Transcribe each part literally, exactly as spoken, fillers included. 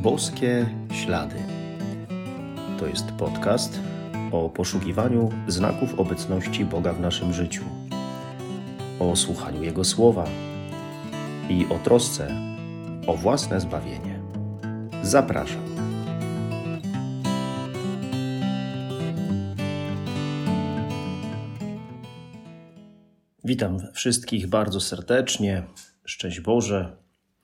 Boskie Ślady. To jest podcast o poszukiwaniu znaków obecności Boga w naszym życiu, o słuchaniu Jego słowa i o trosce o własne zbawienie. Zapraszam. Witam wszystkich bardzo serdecznie. Szczęść Boże.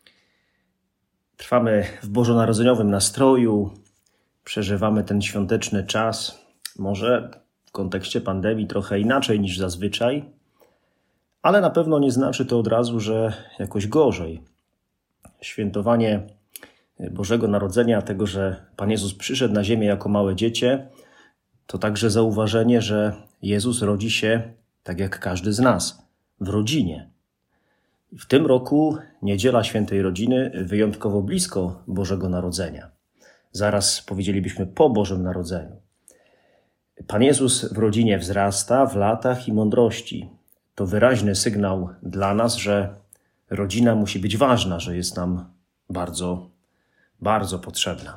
Trwamy w bożonarodzeniowym nastroju, przeżywamy ten świąteczny czas, może w kontekście pandemii trochę inaczej niż zazwyczaj, ale na pewno nie znaczy to od razu, że jakoś gorzej. Świętowanie Bożego Narodzenia, tego, że Pan Jezus przyszedł na ziemię jako małe dziecię, to także zauważenie, że Jezus rodzi się tak jak każdy z nas, w rodzinie. W tym roku Niedziela Świętej Rodziny wyjątkowo blisko Bożego Narodzenia. Zaraz powiedzielibyśmy po Bożym Narodzeniu. Pan Jezus w rodzinie wzrasta w latach i mądrości. To wyraźny sygnał dla nas, że rodzina musi być ważna, że jest nam bardzo, bardzo potrzebna.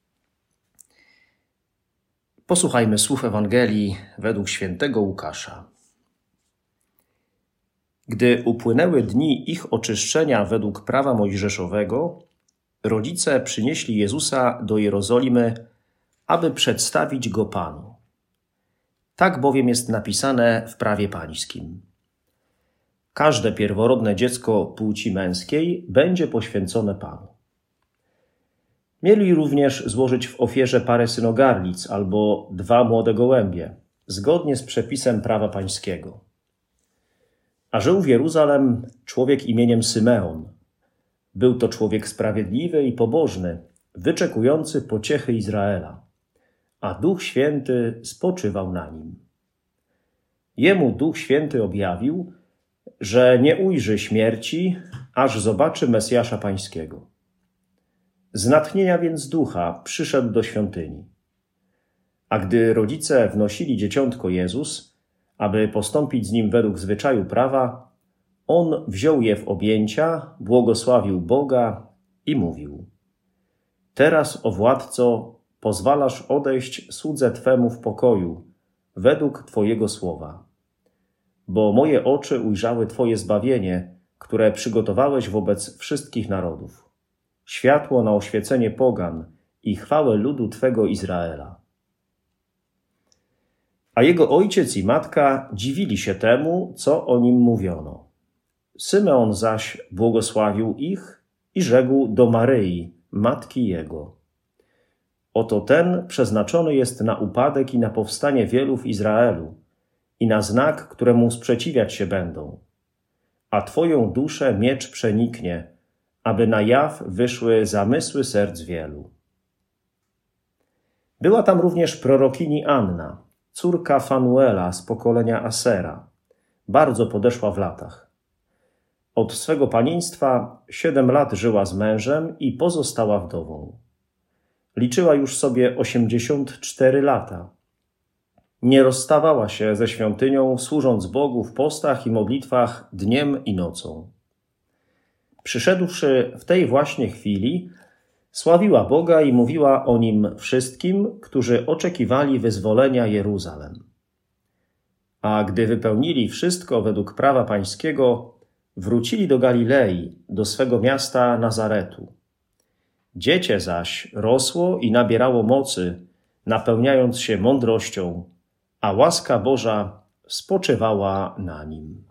Posłuchajmy słów Ewangelii według świętego Łukasza. Gdy upłynęły dni ich oczyszczenia według prawa mojżeszowego, rodzice przynieśli Jezusa do Jerozolimy, aby przedstawić Go Panu. Tak bowiem jest napisane w prawie pańskim. Każde pierworodne dziecko płci męskiej będzie poświęcone Panu. Mieli również złożyć w ofierze parę synogarlic albo dwa młode gołębie, zgodnie z przepisem prawa pańskiego. A żył w Jeruzalem człowiek imieniem Symeon. Był to człowiek sprawiedliwy i pobożny, wyczekujący pociechy Izraela, a Duch Święty spoczywał na nim. Jemu Duch Święty objawił, że nie ujrzy śmierci, aż zobaczy Mesjasza Pańskiego. Z natchnienia więc Ducha przyszedł do świątyni. A gdy rodzice wnosili dzieciątko Jezus, aby postąpić z nim według zwyczaju prawa, on wziął je w objęcia, błogosławił Boga i mówił: Teraz, o władco, pozwalasz odejść słudze Twemu w pokoju, według Twojego słowa. Bo moje oczy ujrzały Twoje zbawienie, które przygotowałeś wobec wszystkich narodów. Światło na oświecenie pogan i chwałę ludu Twego Izraela. A jego ojciec i matka dziwili się temu, co o nim mówiono. Symeon zaś błogosławił ich i rzekł do Maryi, matki jego: Oto ten przeznaczony jest na upadek i na powstanie wielu w Izraelu i na znak, któremu sprzeciwiać się będą. A Twoją duszę miecz przeniknie, aby na jaw wyszły zamysły serc wielu. Była tam również prorokini Anna, córka Fanuela z pokolenia Asera, bardzo podeszła w latach. Od swego panieństwa siedem lat żyła z mężem i pozostała wdową. Liczyła już sobie osiemdziesiąt cztery lata. Nie rozstawała się ze świątynią, służąc Bogu w postach i modlitwach dniem i nocą. Przyszedłszy w tej właśnie chwili, sławiła Boga i mówiła o Nim wszystkim, którzy oczekiwali wyzwolenia Jeruzalem. A gdy wypełnili wszystko według prawa pańskiego, wrócili do Galilei, do swego miasta Nazaretu. Dziecię zaś rosło i nabierało mocy, napełniając się mądrością, a łaska Boża spoczywała na nim.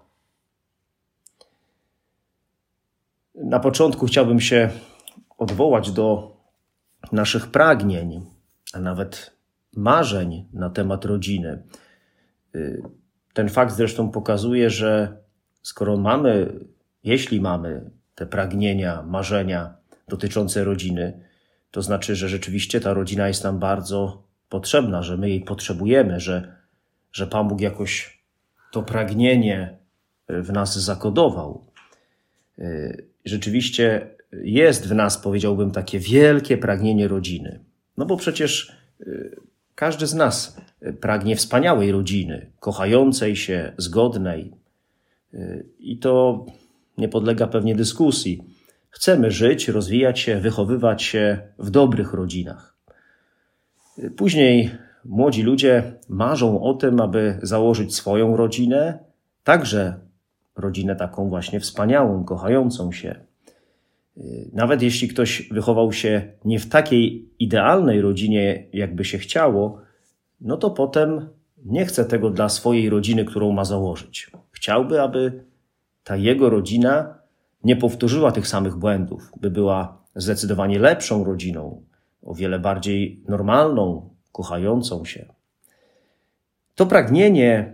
Na początku chciałbym się odwołać do naszych pragnień, a nawet marzeń na temat rodziny. Ten fakt zresztą pokazuje, że skoro mamy, jeśli mamy te pragnienia, marzenia dotyczące rodziny, to znaczy, że rzeczywiście ta rodzina jest nam bardzo potrzebna, że my jej potrzebujemy, że, że Pan Bóg jakoś to pragnienie w nas zakodował. Rzeczywiście jest w nas, powiedziałbym, takie wielkie pragnienie rodziny. No bo przecież każdy z nas pragnie wspaniałej rodziny, kochającej się, zgodnej. I to nie podlega pewnie dyskusji, Chcemy żyć, rozwijać się, wychowywać się w dobrych rodzinach. Później młodzi ludzie marzą o tym, aby założyć swoją rodzinę, także rodzinę taką właśnie wspaniałą, kochającą się. Nawet jeśli ktoś wychował się nie w takiej idealnej rodzinie, jakby się chciało, no to potem nie chce tego dla swojej rodziny, którą ma założyć. Chciałby, aby ta jego rodzina nie powtórzyła tych samych błędów, by była zdecydowanie lepszą rodziną, o wiele bardziej normalną, kochającą się. To pragnienie,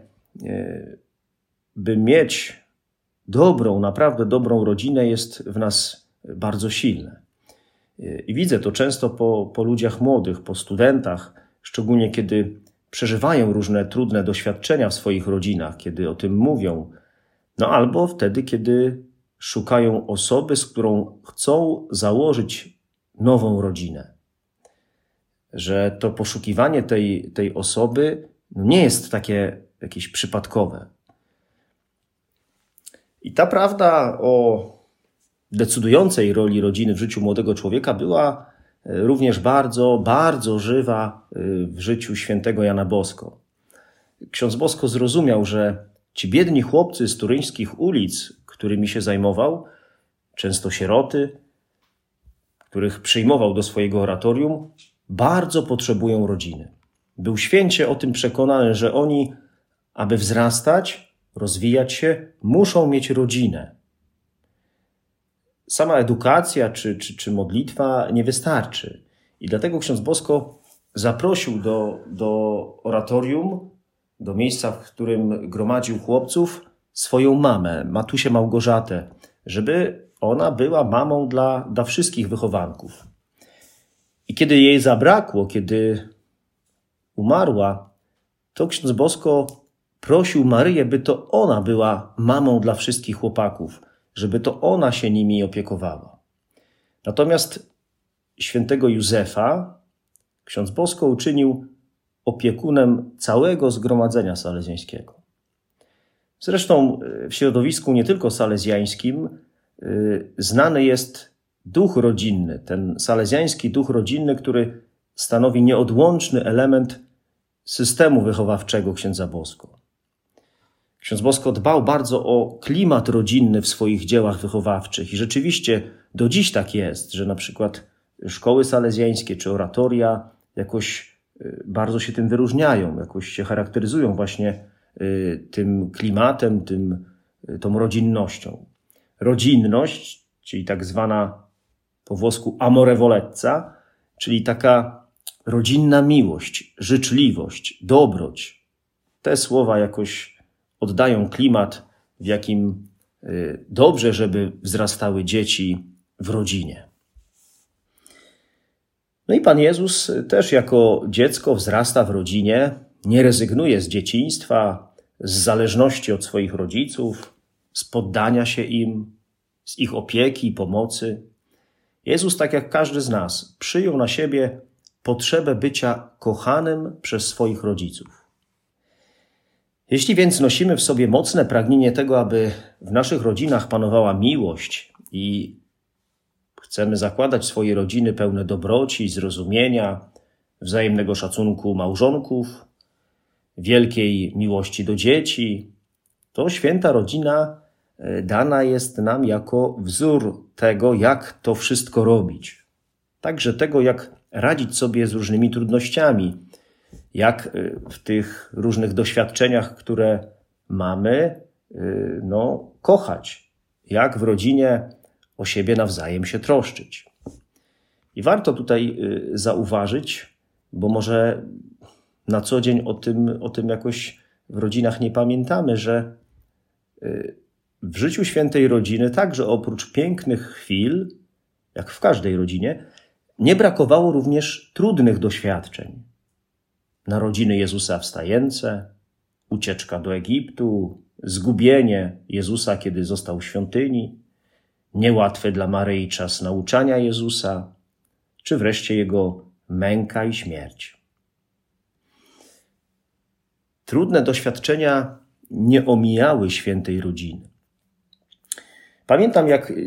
by mieć dobrą, naprawdę dobrą rodzinę, jest w nas bardzo silne. I widzę to często po, po ludziach młodych, po studentach, szczególnie kiedy przeżywają różne trudne doświadczenia w swoich rodzinach, kiedy o tym mówią, no albo wtedy, kiedy szukają osoby, z którą chcą założyć nową rodzinę. Że to poszukiwanie tej, tej osoby nie jest takie jakieś przypadkowe. I ta prawda o decydującej roli rodziny w życiu młodego człowieka była również bardzo, bardzo żywa w życiu świętego Jana Bosko. Ksiądz Bosko zrozumiał, że ci biedni chłopcy z turyńskich ulic, którymi się zajmował, często sieroty, których przyjmował do swojego oratorium, bardzo potrzebują rodziny. Był święcie o tym przekonany, że oni, aby wzrastać, rozwijać się, muszą mieć rodzinę. Sama edukacja czy, czy, czy modlitwa nie wystarczy. I dlatego ksiądz Bosko zaprosił do, do oratorium, do miejsca, w którym gromadził chłopców, swoją mamę, Matusię Małgorzatę, żeby ona była mamą dla, dla wszystkich wychowanków. I kiedy jej zabrakło, kiedy umarła, to ksiądz Bosko prosił Maryję, by to ona była mamą dla wszystkich chłopaków, żeby to ona się nimi opiekowała. Natomiast świętego Józefa ksiądz Bosko uczynił opiekunem całego zgromadzenia salezjańskiego. Zresztą w środowisku nie tylko salezjańskim znany jest duch rodzinny, ten salezjański duch rodzinny, który stanowi nieodłączny element systemu wychowawczego księdza Bosko. Ksiądz Bosko dbał bardzo o klimat rodzinny w swoich dziełach wychowawczych i rzeczywiście do dziś tak jest, że na przykład szkoły salezjańskie czy oratoria jakoś bardzo się tym wyróżniają, jakoś się charakteryzują właśnie tym klimatem, tym, tą rodzinnością. Rodzinność, czyli tak zwana po włosku amorevolezza, czyli taka rodzinna miłość, życzliwość, dobroć. Te słowa jakoś oddają klimat, w jakim dobrze, żeby wzrastały dzieci w rodzinie. No i Pan Jezus też jako dziecko wzrasta w rodzinie, nie rezygnuje z dzieciństwa, z zależności od swoich rodziców, z poddania się im, z ich opieki i pomocy. Jezus, tak jak każdy z nas, przyjął na siebie potrzebę bycia kochanym przez swoich rodziców. Jeśli więc nosimy w sobie mocne pragnienie tego, aby w naszych rodzinach panowała miłość i chcemy zakładać swoje rodziny pełne dobroci, zrozumienia, wzajemnego szacunku małżonków, wielkiej miłości do dzieci, to święta rodzina dana jest nam jako wzór tego, jak to wszystko robić. Także tego, jak radzić sobie z różnymi trudnościami, jak w tych różnych doświadczeniach, które mamy, no, kochać, jak w rodzinie o siebie nawzajem się troszczyć. I warto tutaj zauważyć, bo może na co dzień o tym, o tym jakoś w rodzinach nie pamiętamy, że w życiu świętej rodziny także oprócz pięknych chwil, jak w każdej rodzinie, nie brakowało również trudnych doświadczeń. Narodziny Jezusa w stajence, ucieczka do Egiptu, zgubienie Jezusa, kiedy został w świątyni, niełatwy dla Maryi czas nauczania Jezusa, czy wreszcie Jego męka i śmierć. Trudne doświadczenia nie omijały świętej rodziny. Pamiętam, jak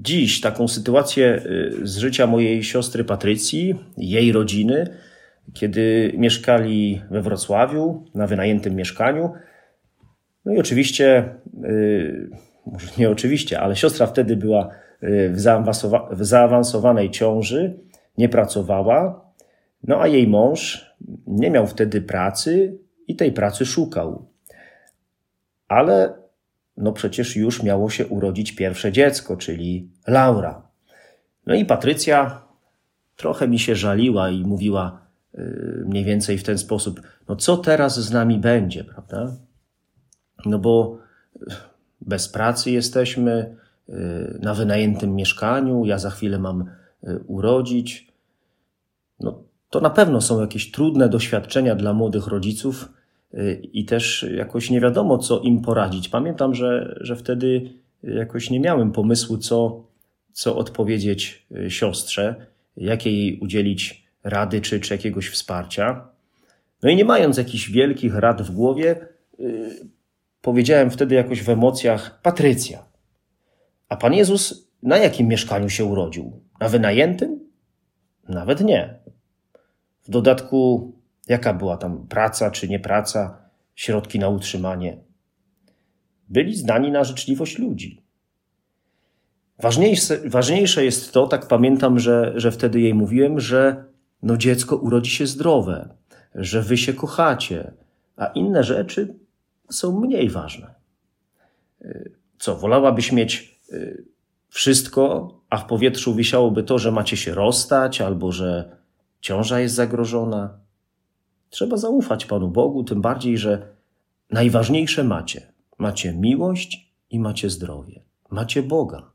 dziś taką sytuację z życia mojej siostry Patrycji, jej rodziny, kiedy mieszkali we Wrocławiu na wynajętym mieszkaniu. No i oczywiście, może nie oczywiście, ale siostra wtedy była w, zaawansowa- w zaawansowanej ciąży, nie pracowała, no a jej mąż nie miał wtedy pracy i tej pracy szukał. Ale no przecież już miało się urodzić pierwsze dziecko, czyli Laura. No i Patrycja trochę mi się żaliła i mówiła yy, mniej więcej w ten sposób, no co teraz z nami będzie, prawda? No bo bez pracy jesteśmy, yy, na wynajętym mieszkaniu, ja za chwilę mam yy, urodzić. No to na pewno są jakieś trudne doświadczenia dla młodych rodziców, i też jakoś nie wiadomo, co im poradzić. Pamiętam, że, że wtedy jakoś nie miałem pomysłu, co, co odpowiedzieć siostrze, jakiej jej udzielić rady czy, czy jakiegoś wsparcia. No i nie mając jakichś wielkich rad w głowie, yy, powiedziałem wtedy jakoś w emocjach: Patrycja, a Pan Jezus na jakim mieszkaniu się urodził? Na wynajętym? Nawet nie. W dodatku, jaka była tam praca czy nie praca, środki na utrzymanie? Byli zdani na życzliwość ludzi. Ważniejsze, ważniejsze jest to, tak pamiętam, że, że wtedy jej mówiłem, że no dziecko urodzi się zdrowe, że wy się kochacie, a inne rzeczy są mniej ważne. Co, wolałabyś mieć wszystko, a w powietrzu wisiałoby to, że macie się rozstać albo że ciąża jest zagrożona? Trzeba zaufać Panu Bogu, tym bardziej, że najważniejsze macie. Macie miłość i macie zdrowie. Macie Boga.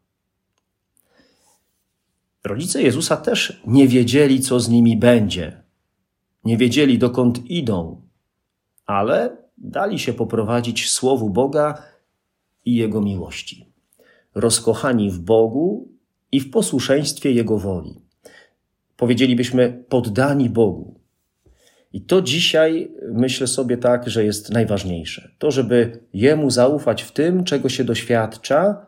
Rodzice Jezusa też nie wiedzieli, co z nimi będzie. Nie wiedzieli, dokąd idą, ale dali się poprowadzić słowu Boga i Jego miłości. Rozkochani w Bogu i w posłuszeństwie Jego woli. Powiedzielibyśmy, poddani Bogu. I to dzisiaj myślę sobie tak, że jest najważniejsze. To, żeby Jemu zaufać w tym, czego się doświadcza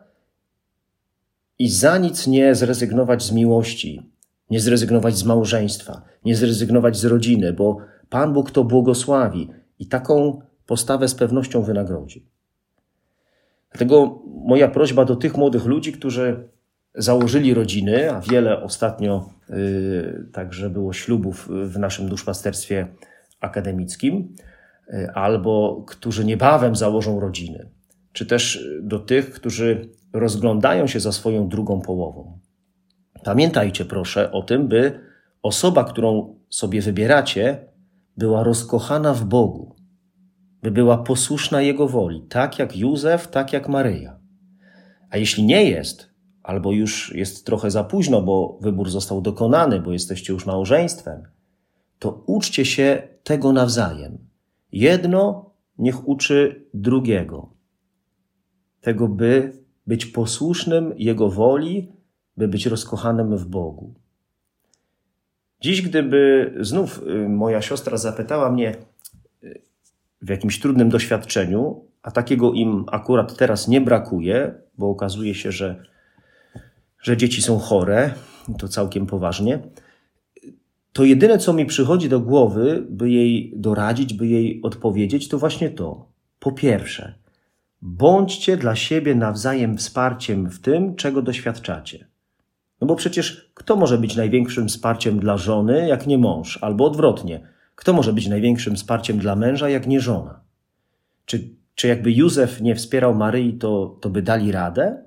i za nic nie zrezygnować z miłości, nie zrezygnować z małżeństwa, nie zrezygnować z rodziny, bo Pan Bóg to błogosławi i taką postawę z pewnością wynagrodzi. Dlatego moja prośba do tych młodych ludzi, którzy założyli rodziny, a wiele ostatnio yy, także było ślubów w naszym duszpasterstwie akademickim, yy, albo którzy niebawem założą rodziny, czy też do tych, którzy rozglądają się za swoją drugą połową. Pamiętajcie proszę o tym, by osoba, którą sobie wybieracie, była rozkochana w Bogu, by była posłuszna Jego woli, tak jak Józef, tak jak Maryja. A jeśli nie jest, albo już jest trochę za późno, bo wybór został dokonany, bo jesteście już małżeństwem, to uczcie się tego nawzajem. Jedno niech uczy drugiego. Tego, by być posłusznym Jego woli, by być rozkochanym w Bogu. Dziś, gdyby znów moja siostra zapytała mnie w jakimś trudnym doświadczeniu, a takiego im akurat teraz nie brakuje, bo okazuje się, że, że dzieci są chore, to całkiem poważnie, to jedyne, co mi przychodzi do głowy, by jej doradzić, by jej odpowiedzieć, to właśnie to. Po pierwsze, bądźcie dla siebie nawzajem wsparciem w tym, czego doświadczacie. No bo przecież kto może być największym wsparciem dla żony, jak nie mąż? Albo odwrotnie, kto może być największym wsparciem dla męża, jak nie żona? Czy, czy jakby Józef nie wspierał Maryi, to, to by dali radę?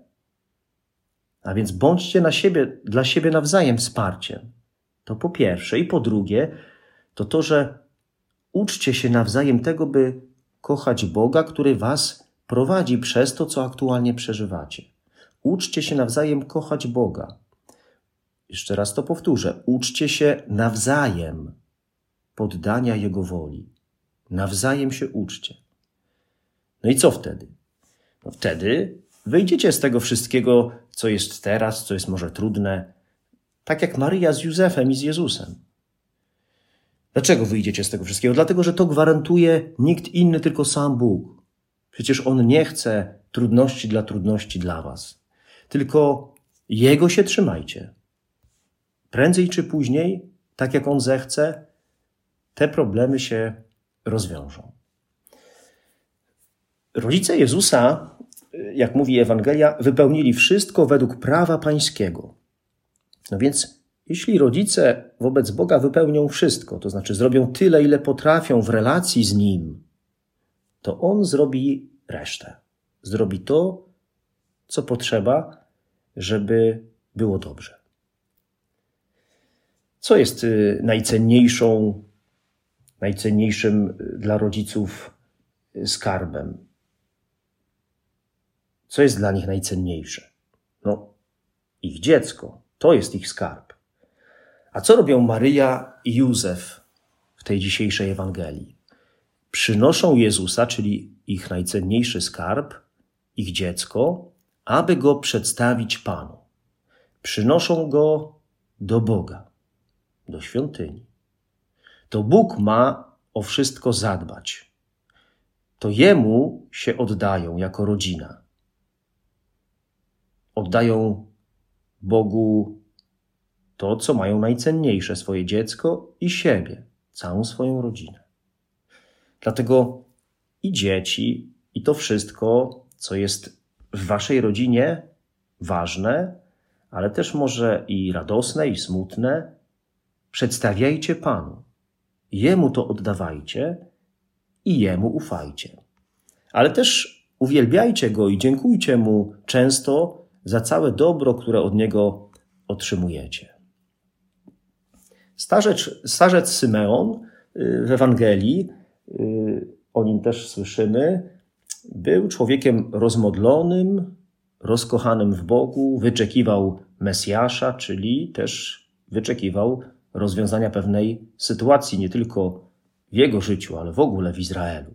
A więc bądźcie na siebie, dla siebie nawzajem wsparciem. To po pierwsze. I po drugie, to to, że uczcie się nawzajem tego, by kochać Boga, który was prowadzi przez to, co aktualnie przeżywacie. Uczcie się nawzajem kochać Boga. Jeszcze raz to powtórzę. Uczcie się nawzajem poddania Jego woli. Nawzajem się uczcie. No i co wtedy? No wtedy wyjdziecie z tego wszystkiego, co jest teraz, co jest może trudne, tak jak Maryja z Józefem i z Jezusem. Dlaczego wyjdziecie z tego wszystkiego? Dlatego, że to gwarantuje nikt inny, tylko sam Bóg. Przecież On nie chce trudności dla trudności dla was. Tylko Jego się trzymajcie. Prędzej czy później, tak jak On zechce, te problemy się rozwiążą. Rodzice Jezusa, jak mówi Ewangelia, wypełnili wszystko według prawa pańskiego. No więc jeśli rodzice wobec Boga wypełnią wszystko, to znaczy zrobią tyle, ile potrafią w relacji z Nim, to On zrobi resztę. Zrobi to, co potrzeba, żeby było dobrze. Co jest najcenniejszą, najcenniejszym dla rodziców skarbem? Co jest dla nich najcenniejsze? No, ich dziecko. To jest ich skarb. A co robią Maryja i Józef w tej dzisiejszej Ewangelii? Przynoszą Jezusa, czyli ich najcenniejszy skarb, ich dziecko, aby go przedstawić Panu. Przynoszą go do Boga, do świątyni. To Bóg ma o wszystko zadbać. To Jemu się oddają jako rodzina. Oddają Bogu to, co mają najcenniejsze, swoje dziecko i siebie, całą swoją rodzinę. Dlatego i dzieci, i to wszystko, co jest w waszej rodzinie ważne, ale też może i radosne, i smutne, przedstawiajcie Panu. Jemu to oddawajcie i Jemu ufajcie. Ale też uwielbiajcie Go i dziękujcie Mu często za całe dobro, które od Niego otrzymujecie. Starzec, starzec Symeon w Ewangelii, o nim też słyszymy, był człowiekiem rozmodlonym, rozkochanym w Bogu, wyczekiwał Mesjasza, czyli też wyczekiwał rozwiązania pewnej sytuacji, nie tylko w jego życiu, ale w ogóle w Izraelu.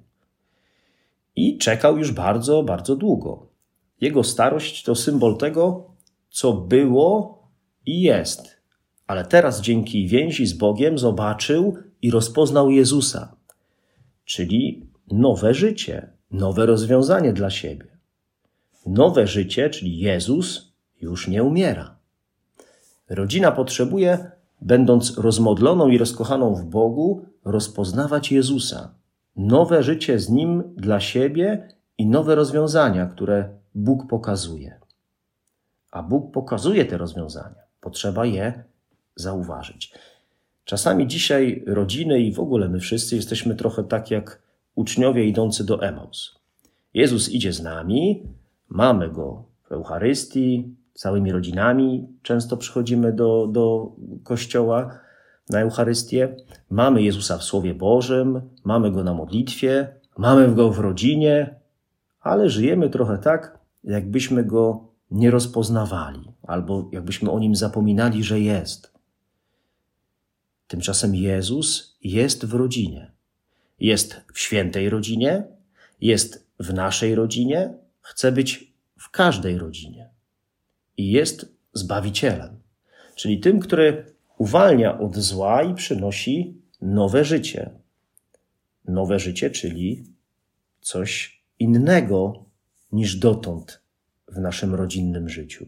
I czekał już bardzo, bardzo długo. Jego starość to symbol tego, co było i jest. Ale teraz dzięki więzi z Bogiem zobaczył i rozpoznał Jezusa, czyli nowe życie, nowe rozwiązanie dla siebie. Nowe życie, czyli Jezus, już nie umiera. Rodzina potrzebuje, będąc rozmodloną i rozkochaną w Bogu, rozpoznawać Jezusa. Nowe życie z Nim dla siebie i nowe rozwiązania, które Bóg pokazuje. A Bóg pokazuje te rozwiązania. Potrzeba je zauważyć. Czasami dzisiaj rodziny i w ogóle my wszyscy jesteśmy trochę tak jak uczniowie idący do Emaus. Jezus idzie z nami, mamy Go w Eucharystii, całymi rodzinami często przychodzimy do, do kościoła na Eucharystię. Mamy Jezusa w Słowie Bożym, mamy Go na modlitwie, mamy Go w rodzinie, ale żyjemy trochę tak, jakbyśmy Go nie rozpoznawali, albo jakbyśmy o Nim zapominali, że jest. Tymczasem Jezus jest w rodzinie. Jest w świętej rodzinie, jest w naszej rodzinie, chce być w każdej rodzinie. I jest Zbawicielem, czyli tym, który uwalnia od zła i przynosi nowe życie. Nowe życie, czyli coś innego niż dotąd w naszym rodzinnym życiu.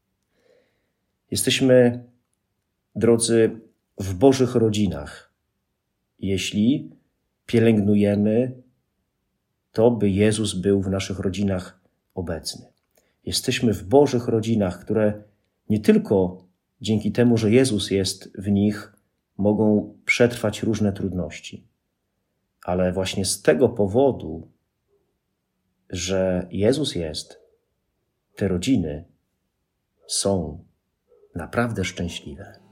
Jesteśmy, drodzy, w Bożych rodzinach, jeśli pielęgnujemy to, by Jezus był w naszych rodzinach obecny. Jesteśmy w Bożych rodzinach, które nie tylko dzięki temu, że Jezus jest w nich, mogą przetrwać różne trudności, ale właśnie z tego powodu, że Jezus jest, te rodziny są naprawdę szczęśliwe.